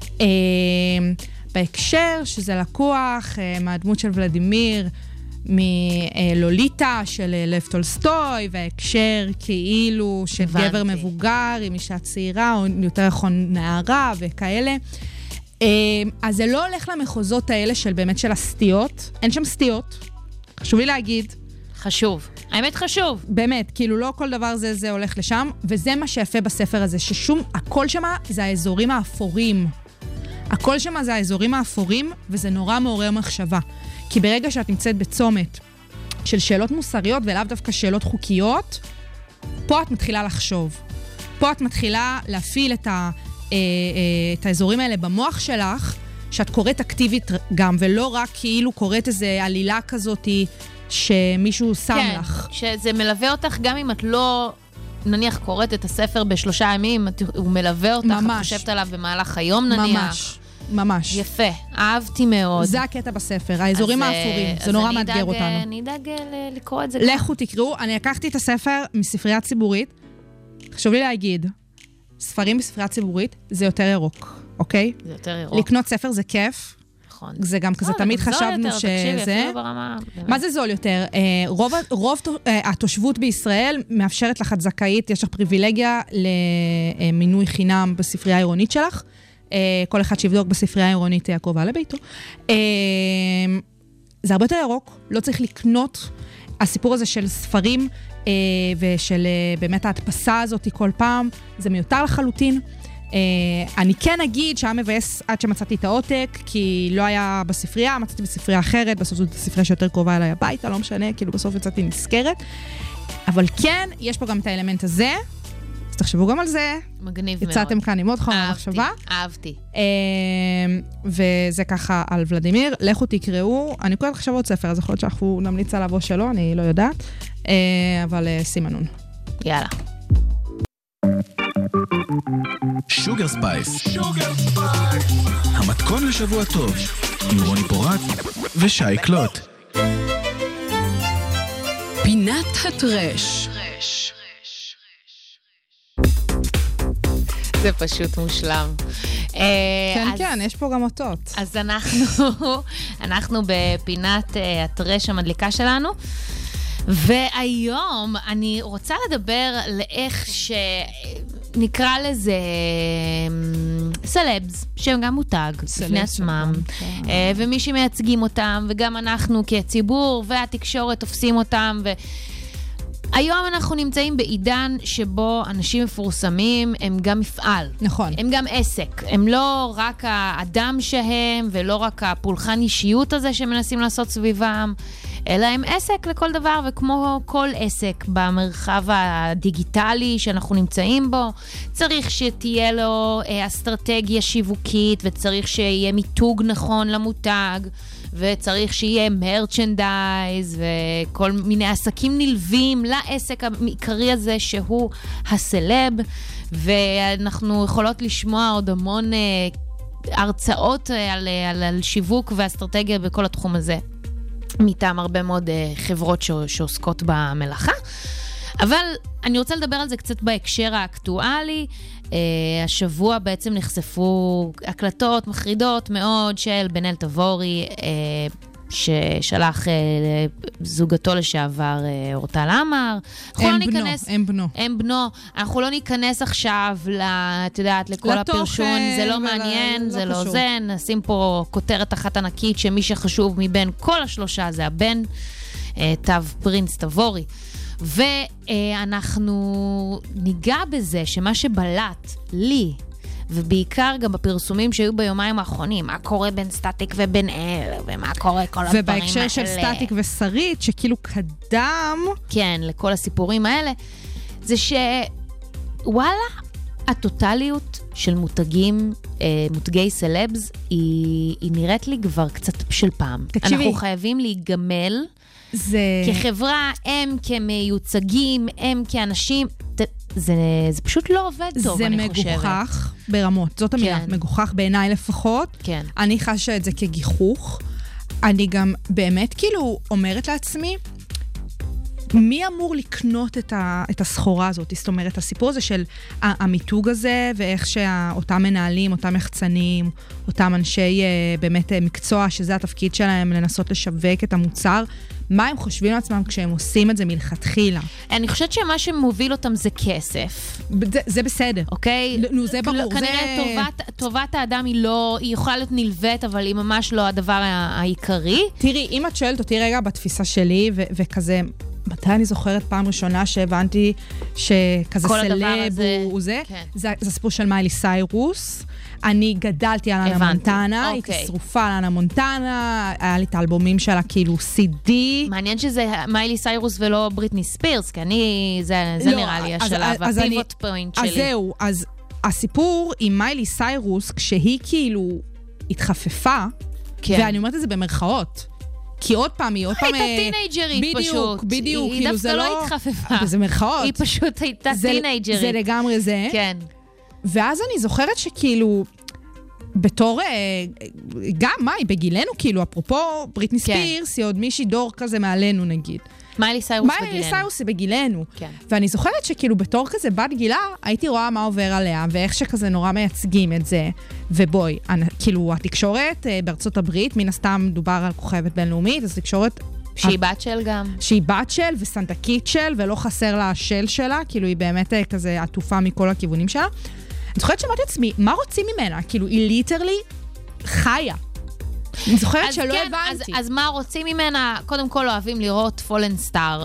בהקשר שזה לקוח מהדמות של ולדימיר, מלוליטה של לב טולסטוי, וההקשר כאילו של גבר מבוגר עם אישה צעירה, או יותר נכון נערה וכאלה. אז זה לא הולך למחוזות האלה של באמת של הסטיות. אין שם סטיות. חשוב לי להגיד. חשוב. האמת חשוב. באמת, כאילו לא כל דבר זה הולך לשם, וזה מה שיפה בספר הזה, הכל שמה זה האזורים האפורים. הכל שמה זה האזורים האפורים, וזה נורא מעורר מחשבה. כי ברגע שאת נמצאת בצומת של שאלות מוסריות, ולאו דווקא שאלות חוקיות, פה את מתחילה לחשוב. פה את מתחילה להפעיל את האזורים האלה במוח שלך, שאת קוראת אקטיבית גם, ולא רק כאילו קוראת איזו עלילה כזאת שמישהו שם לך. כן, שזה מלווה אותך גם אם את לא... נניח קוראת את הספר ב3 ימים, הוא מלווה אותך, את חושבת עליו במהלך היום נניח. ממש. יפה, אהבתי מאוד. זה הקטע בספר, האזורים האפורים, זה נורא מאתגר אותנו. אז אני אדאג לקרוא את זה. לכו תקראו, אני לקחתי את הספר מספרייה ציבורית, חשוב לי להגיד, ספרים בספרייה ציבורית זה יותר ירוק, אוקיי? זה יותר ירוק. לקנות ספר זה כיף. נכון. זה גם כזה, תמיד חשבנו שזה... מה זה זול יותר? רוב התושבות בישראל מאפשרת לך את זכאית, יש לך פריבילגיה למינוי חינם בספרייה העירונית שלך. כל אחד שיבדוק בספרייה העירונית הקרובה לביתו. זה הרבה יותר ירוק, לא צריך לקנות. הסיפור הזה של ספרים ושל באמת ההדפסה הזאת כל פעם, זה מיותר לחלוטין. אני כן אגיד שהיה מבאס עד שמצאתי את העותק, כי לא היה בספרייה, מצאתי בספרייה אחרת, בסוף זאת הספרייה שיותר קרובה אליי הביתה, לא משנה, כאילו בסוף יצאתי נזכרת. אבל כן, יש פה גם את האלמנט הזה, אז תחשבו גם על זה. מגניב מאוד. יצאתם כאן עם עוד חומר מחשבה. אהבתי. וזה ככה על ולדימיר. לכו תקראו, אני קוראת עכשיו עוד ספר, אז יכול להיות שאנחנו נמליץ עליו או שלא, אני לא יודעת. אבל סימנון. יאללה. שוגר ספייס, המתכון לשבוע טוב, עם רוני פורט ושי קלוט. פינת הטרש. זה פשוט מושלם. כן, יש פה גם אותות. אז אנחנו בפינת הטרש המדליקה שלנו, והיום אני רוצה לדבר לאיך נקרא לזה סלבס, שהם גם מותג לפני עצמם, ומי שמייצגים אותם, וגם אנחנו כציבור והתקשורת תופסים אותם, היום אנחנו נמצאים בעידן שבו אנשים מפורסמים הם גם מפעל. נכון. הם גם עסק. הם לא רק האדם שהם, ולא רק הפולחן אישיות הזה שמנסים לעשות סביבם, אלא הם עסק לכל דבר, וכמו כל עסק במרחב הדיגיטלי שאנחנו נמצאים בו, צריך שתהיה לו אסטרטגיה שיווקית, וצריך שיהיה מיתוג נכון למותג, וצריך שיהיה מרצ'נדייז, וכל מיני עסקים נלווים לעסק העיקרי הזה שהוא הסלב, ואנחנו יכולות לשמוע עוד המון הרצאות על שיווק ואסטרטגיה בכל התחום הזה, מטעם הרבה מאוד חברות שעוסקות במלאכה. אבל אני רוצה לדבר על זה קצת בהקשר האקטואלי. השבוע בעצם נחשפו הקלטות מחרידות מאוד של בן-אל תבורי, ששלח זוגתו לשעבר אורטל עמר. הם בנו. אנחנו לא ניכנס עכשיו, את יודעת, לכל הפרשון, זה לא מעניין, זה לא זה. נשים פה כותרת אחת ענקית שמי שחשוב מבין כל השלושה זה הבן, תו פרינס תבורי. ואנחנו ניגע בזה שמה שבלט לי, ובעיקר גם בפרסומים שהיו ביומיים האחרונים, מה קורה בין סטטיק ובין אל, ומה קורה כל הדברים האלה. ובהקשר של סטטיק ושרית, שכאילו קדם. כן, לכל הסיפורים האלה, זה שוואלה, הטוטליות של מותגי סלבס, היא נראית לי כבר קצת של פעם. תקשיבי. אנחנו חייבים להיגמל, כחברה, הם כמיוצגים, הם כאנשים, זה פשוט לא עובד טוב, אני חושבת. זה מגוחך ברמות, זאת המילה, מגוחך בעיניי לפחות. כן. אני חשה את זה כגיחוך. אני גם באמת כאילו אומרת לעצמי, מי אמור לקנות את הסחורה הזאת? זאת אומרת, הסיפור הזה של המיתוג הזה, ואיך שאותם מנהלים, אותם יחצנים, אותם אנשי באמת מקצוע, שזה התפקיד שלהם לנסות לשווק את המוצר, מה הם חושבים לעצמם כשהם עושים את זה מלכתחילה? אני חושבת שמה שמוביל אותם זה כסף. זה בסדר. אוקיי? נו, זה ברור. כנראה טובת האדם היא יכולה להיות נלווית, אבל היא ממש לא הדבר העיקרי. תראי, אם את שואלת אותי רגע בתפיסה שלי, וכזה, מתי אני זוכרת פעם ראשונה שהבנתי שכזה סלב הוא זה? זה הסיפור של מיילי סיירוס. אני גדלתי על אנה מונטנה, הייתי שרופה על אנה מונטנה, היה לי את האלבומים שלה כאילו CD. מעניין שזה מיילי סיירוס ולא בריטני ספירס, כי זה נראה לי השלב, הפיבוט פוינט שלי. אז זהו, אז הסיפור עם מיילי סיירוס, כשהיא כאילו התחפפה, ואני אומרת את זה במרכאות, כי עוד פעם, היא הייתה טינאג'רית פשוט. בדיוק, היא דווקא לא התחפפה. זה מרכאות. היא פשוט הייתה טינאג'רית. זה לגמרי זה. כן. ואז אני זוכרת שכאילו, בתור, גם מאי, בגילנו, כאילו, אפרופו בריטני ספירס, היא עוד מישהי דור כזה מעלינו, נגיד. מיילי סיירוס בגילנו. מיילי סיירוס היא בגילנו. כן. ואני זוכרת שכאילו, בתור כזה בת גילה, הייתי רואה מה עובר עליה, ואיך שכזה נורא מייצגים את זה. ובואי, כאילו, התקשורת בארצות הברית, מן הסתם מדובר על כוכבת בינלאומית, אז תקשורת... שהיא בת של גם. שהיא בת של וסנטקית של, ולא חסר לה השל שלה, כאילו היא באמת כזה עטופה מכל הכיוונים שלה. אני זוכרת שמעתי עצמי, מה רוצים ממנה? כאילו, היא ליטרלי חיה. אני זוכרת שלא הבנתי. אז מה רוצים ממנה? קודם כל אוהבים לראות פולן סטאר.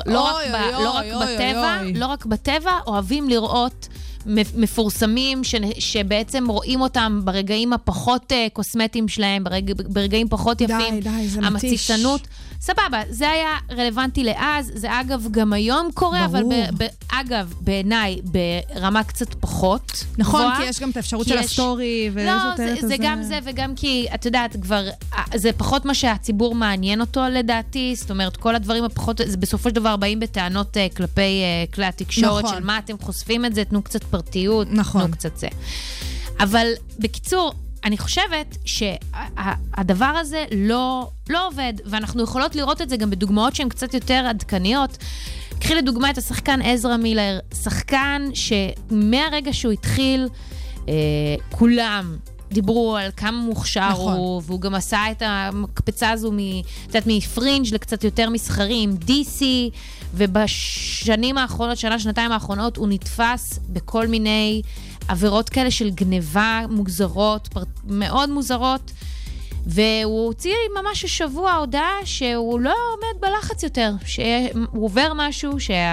לא רק בטבע, אוהבים לראות מפורסמים שבעצם רואים אותם ברגעים הפחות קוסמטיים שלהם, ברגעים פחות יפים. די, זה המציצנות. סבבה, זה היה רלוונטי לאז, זה אגב גם היום קורה, אבל אגב, בעיניי, ברמה קצת פחות. נכון, כי יש גם את האפשרות של הסטורי. לא, זה גם זה, וגם כי, את יודעת, כבר, זה פחות מה שהציבור מעניין אותו לדעתי, זאת אומרת, כל הדברים הפחות, זה בסופו של דבר באים בטענות כלפי כלי התקשורת, של מה אתם חושפים את זה, תנו קצת פרטיות, תנו קצת זה. אבל בקיצור, אני חושבת שהדבר הזה לא עובד, ואנחנו יכולות לראות את זה גם בדוגמאות שהן קצת יותר עדכניות. קחי לדוגמה את השחקן עזרא מילר, שחקן שמהרגע שהוא התחיל, כולם דיברו על כמה מוכשר הוא, והוא גם עשה את המקפצה הזו מפרינג' לקצת יותר מסחרי עם DC, ובשנים האחרונות, שנתיים האחרונות, הוא נתפס בכל מיני עבירות כאלה של גניבה מוגזרות, מאוד מוזרות, והוא הוציא ממש השבוע הודעה שהוא לא עומד בלחץ יותר, שהוא עובר משהו,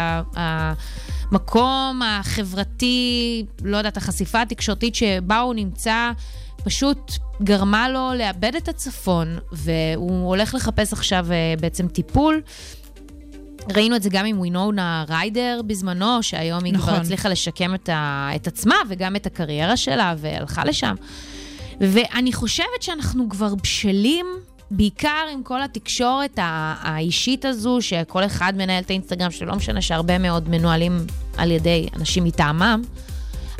שהמקום החברתי, לא יודעת, החשיפה התקשורתית שבה הוא נמצא, פשוט גרמה לו לאבד את הצפון, והוא הולך לחפש עכשיו בעצם טיפול. ראינו את זה גם עם וינונה ריידר בזמנו, שהיום היא כבר הצליחה לשקם את עצמה, וגם את הקריירה שלה, והלכה לשם. ואני חושבת שאנחנו כבר בשלים, בעיקר עם כל התקשורת האישית הזו, שכל אחד מנהל את האינסטגרם שלו, לא משנה שהרבה מאוד מנוהלים על ידי אנשים מטעמם,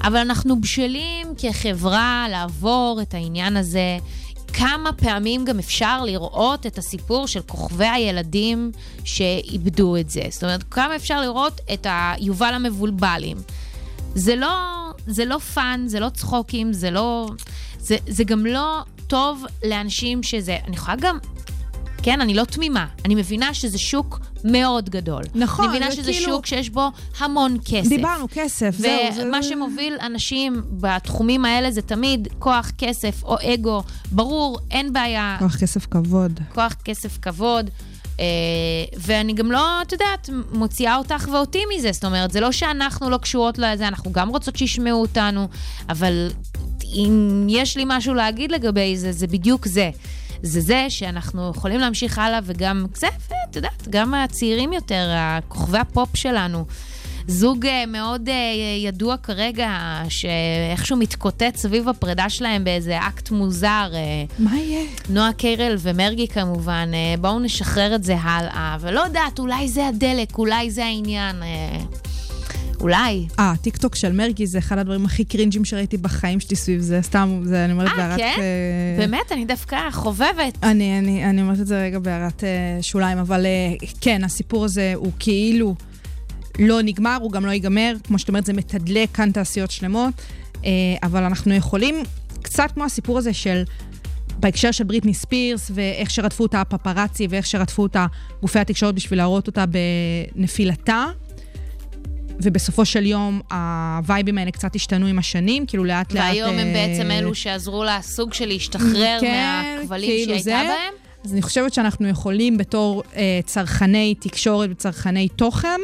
אבל אנחנו בשלים כחברה לעבור את העניין הזה. כמה פעמים גם אפשר לראות את הסיפור של כוכבי הילדים שאיבדו את זה. זאת אומרת, כמה אפשר לראות את היובל המבולבלים. זה לא פן, זה לא צחוקים, זה גם לא טוב לאנשים שזה, אני יכולה גם, כן, אני לא תמימה. אני מבינה שזה שוק מאוד גדול. נכון. אני מבינה שזה שוק שיש בו המון כסף. דיברנו, כסף, זהו. ומה שמוביל אנשים בתחומים האלה זה תמיד כוח, כסף או אגו. ברור, אין בעיה. כוח, כסף, כבוד. כוח, כסף, כבוד. ואני גם לא, את יודעת, מוציאה אותך ואותי מזה. זאת אומרת, זה לא שאנחנו לא קשורות לזה, אנחנו גם רוצות שישמעו אותנו, אבל אם יש לי משהו להגיד לגבי זה, זה בדיוק זה. זה שאנחנו יכולים להמשיך הלאה, וגם, את יודעת, גם הצעירים יותר, כוכבי הפופ שלנו, זוג מאוד ידוע כרגע, שאיכשהו מתקוטט סביב הפרידה שלהם באיזה אקט מוזר. מה יהיה? נועה קירל ומרגי כמובן, בואו נשחרר את זה הלאה, ולא יודעת, אולי זה הדלק, אולי זה העניין, אולי. טיקטוק של מרגי זה אחד הדברים הכי קרינג'ים שראיתי בחיים שלי סביב זה, סתם, זה אני אומרת בהערת... כן? באמת, אני דווקא חובבת. אני אומרת את זה רגע בהערת שוליים, אבל כן, הסיפור הזה הוא כאילו לא נגמר, הוא גם לא ייגמר, כמו שאת אומרת, זה מתדלק כאן תעשיות שלמות, אבל אנחנו יכולים, קצת כמו הסיפור הזה של, בהקשר של בריטני ספירס, ואיך שרדפו אותה הפפרצי, ואיך שרדפו אותה גופי התקשורת בשביל להראות אותה בנפילתה, ובסופו של יום הווייבים האלה קצת השתנו עם השנים, כאילו לאט לאט... והיום הם בעצם אלו שעזרו לה סוג של להשתחרר מהכבלים כאילו שהייתה בהם? אז אני חושבת שאנחנו יכולים בתור צרכני תקשורת וצרכני תוכן,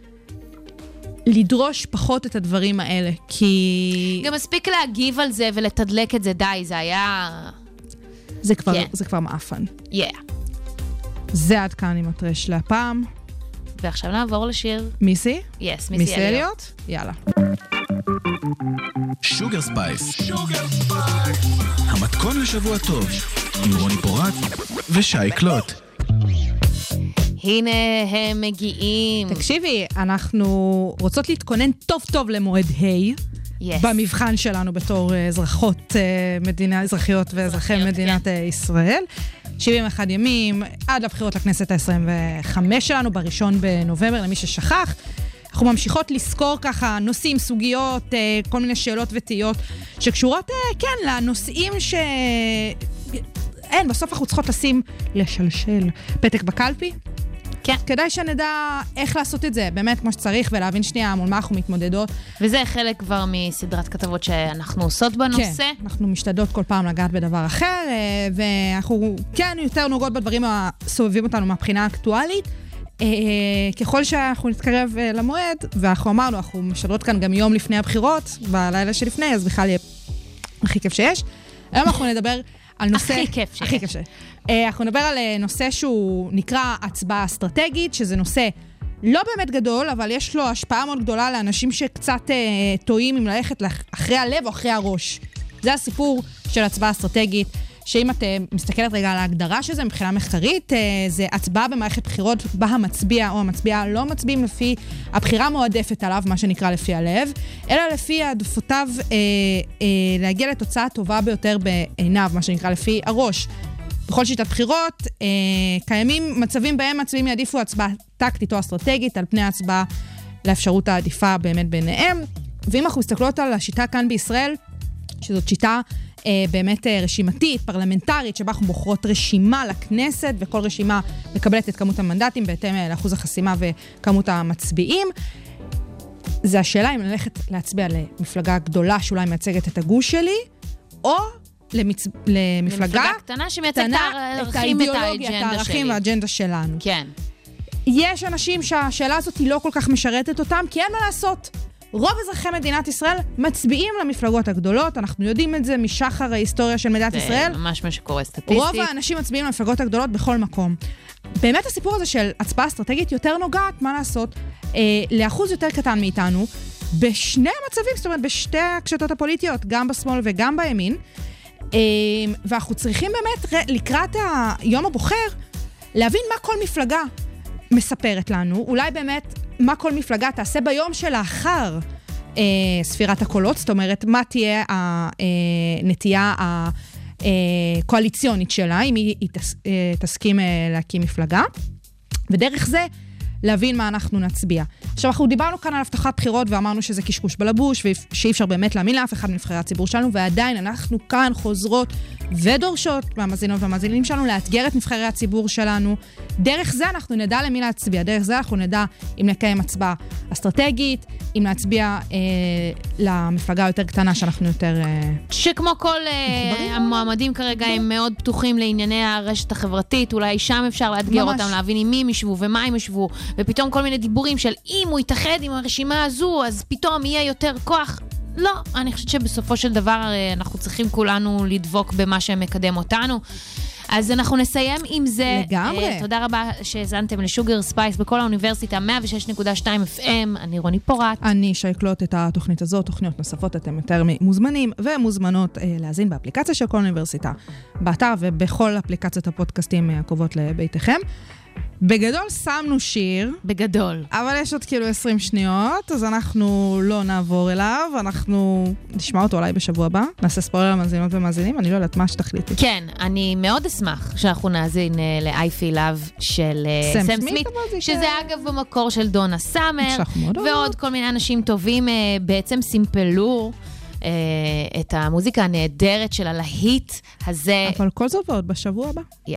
לדרוש פחות את הדברים האלה, כי... גם מספיק להגיב על זה ולתדלק את זה, די, זה היה... זה כבר מאפן. זה עד כאן עם הטרש להפעם. ועכשיו נעבור לשיר. מיסי? מיסי אליוט. יאללה. שוגר ספייס. המתכון לשבוע טוב. עם רוני פורט ושי קלוט. הנה הם מגיעים. תקשיבי, אנחנו רוצות להתכונן טוב טוב למועד ה' במבחן שלנו בתור אזרחיות ואזרחי מדינת ישראל. 71 ימים, עד לבחירות לכנסת ה-25 שלנו, בראשון בנובמבר, למי ששכח. אנחנו ממשיכות לזכור ככה נושאים, סוגיות, כל מיני שאלות ותהיות, שקשורות, כן, לנושאים אין, בסוף אנחנו צריכות לשלשל פתק בקלפי. כן. כדאי שנדע איך לעשות את זה, באמת כמו שצריך, ולהבין שנייה מול מה אנחנו מתמודדות. וזה חלק כבר מסדרת כתבות שאנחנו עושות בנושא. כן, אנחנו משתדלות כל פעם לגעת בדבר אחר, ואנחנו כן יותר נוגעות בדברים הסובבים אותנו מהבחינה האקטואלית. ככל שאנחנו נתקרב למועד, ואנחנו אמרנו, אנחנו משדרות כאן גם יום לפני הבחירות, בלילה שלפני, אז בכלל יהיה הכי כיף שיש. היום אנחנו נדבר על נושא... הכי כיף שיש. אנחנו נדבר על נושא שהוא נקרא הצבעה אסטרטגית, שזה נושא לא באמת גדול, אבל יש לו השפעה מאוד גדולה לאנשים שקצת טועים אם ללכת אחרי הלב או אחרי הראש. זה הסיפור של הצבעה אסטרטגית, שאם את מסתכלת רגע על ההגדרה של זה מבחינה מחקרית, זה הצבעה במערכת בחירות בה המצביע או המצביעה לא מצביעים לפי הבחירה מועדפת עליו, מה שנקרא לפי הלב, אלא לפי העדפותיו להגיע לתוצאה טובה ביותר בעיניו, מה שנקרא לפי הראש. בכל שיטת בחירות, קיימים מצבים בהם מצביעים יעדיפו הצבעה טקטית או אסטרטגית על פני הצבעה לאפשרות העדיפה באמת ביניהם. ואם אנחנו מסתכלות על השיטה כאן בישראל, שזאת שיטה באמת רשימתית, פרלמנטרית, שבה אנחנו בוחרות רשימה לכנסת, וכל רשימה מקבלת את כמות המנדטים בהתאם לאחוז החסימה וכמות המצביעים. זה השאלה אם ללכת להצביע למפלגה גדולה שאולי מייצגת את הגוש שלי, או למפלגה קטנה שמייצגת את האידיאולוגיה, את הערכים והאג'נדה שלנו. כן. יש אנשים שהשאלה הזאת היא לא כל כך משרתת אותם, כי אין מה לעשות. רוב אזרחי מדינת ישראל מצביעים למפלגות הגדולות, אנחנו יודעים את זה משחר ההיסטוריה של מדינת ישראל. זה ממש מה שקורה סטטיסטית. רוב האנשים מצביעים למפלגות הגדולות בכל מקום. באמת הסיפור הזה של הצבעה אסטרטגית יותר נוגעת, מה לעשות, לאחוז יותר קטן מאיתנו, בשני המצבים, זאת אומרת, בשתי הקשתות הפוליטיות, גם בשמאל וגם בימין, ואנחנו צריכים באמת לקראת יום הבוחר, להבין מה כל מפלגה מספרת לנו, אולי באמת מה כל מפלגה תעשה ביום שלאחר ספירת הקולות, זאת אומרת, מה תהיה הנטייה הקואליציונית שלה, אם היא תסכים להקים מפלגה, ודרך זה להבין מה אנחנו נצביע. עכשיו, אנחנו דיברנו כאן על הבטחת בחירות, ואמרנו שזה קשקוש בלבוש, ושאי אפשר באמת להאמין לאף אחד מנבחרי הציבור שלנו, ועדיין אנחנו כאן חוזרות ודורשות מהמאזינות והמאזינים שלנו לאתגר את נבחרי הציבור שלנו. דרך זה אנחנו נדע למי להצביע, דרך זה אנחנו נדע אם נקיים הצבעה אסטרטגית, אם להצביע למפלגה יותר קטנה שאנחנו יותר... שכמו כל המועמדים כרגע הם מאוד פתוחים לענייני הרשת החברתית, אולי שם אפשר לאתגר אותם, להבין עם מי הם ישבו ומה הם ישבו, ופתאום כל מיני דיבורים של אם הוא יתאחד עם הרשימה הזו, אז פתאום יהיה יותר כוח. לא, אני חושבת שבסופו של דבר אנחנו צריכים כולנו לדבוק במה שמקדם אותנו. אז אנחנו נסיים עם זה. לגמרי. תודה רבה שהזנתם לשוגר ספייס בכל האוניברסיטה, 106.2 FM. אני רוני פורט. אני שייקלוט את התוכנית הזאת, תוכניות נוספות, אתם יותר מוזמנים ומוזמנות להזין באפליקציה של כל אוניברסיטה, באתר ובכל אפליקציות הפודקאסטים הקרובות לביתכם. בגדול שמנו שיר. בגדול. אבל יש עוד כאילו 20 שניות, אז אנחנו לא נעבור אליו, אנחנו נשמע אותו אולי בשבוע הבא, נעשה ספוילר למאזינות ומאזינים, אני לא יודעת מה שתחליטי. כן, אני מאוד אשמח שאנחנו נאזין ל-I Feel Love של סם סמית, שזה אגב במקור של דונה סאמר, ועוד כל מיני אנשים טובים בעצם סימפלו את המוזיקה הנהדרת של הלהיט הזה. אבל כל זאת ועוד בשבוע הבא. יס.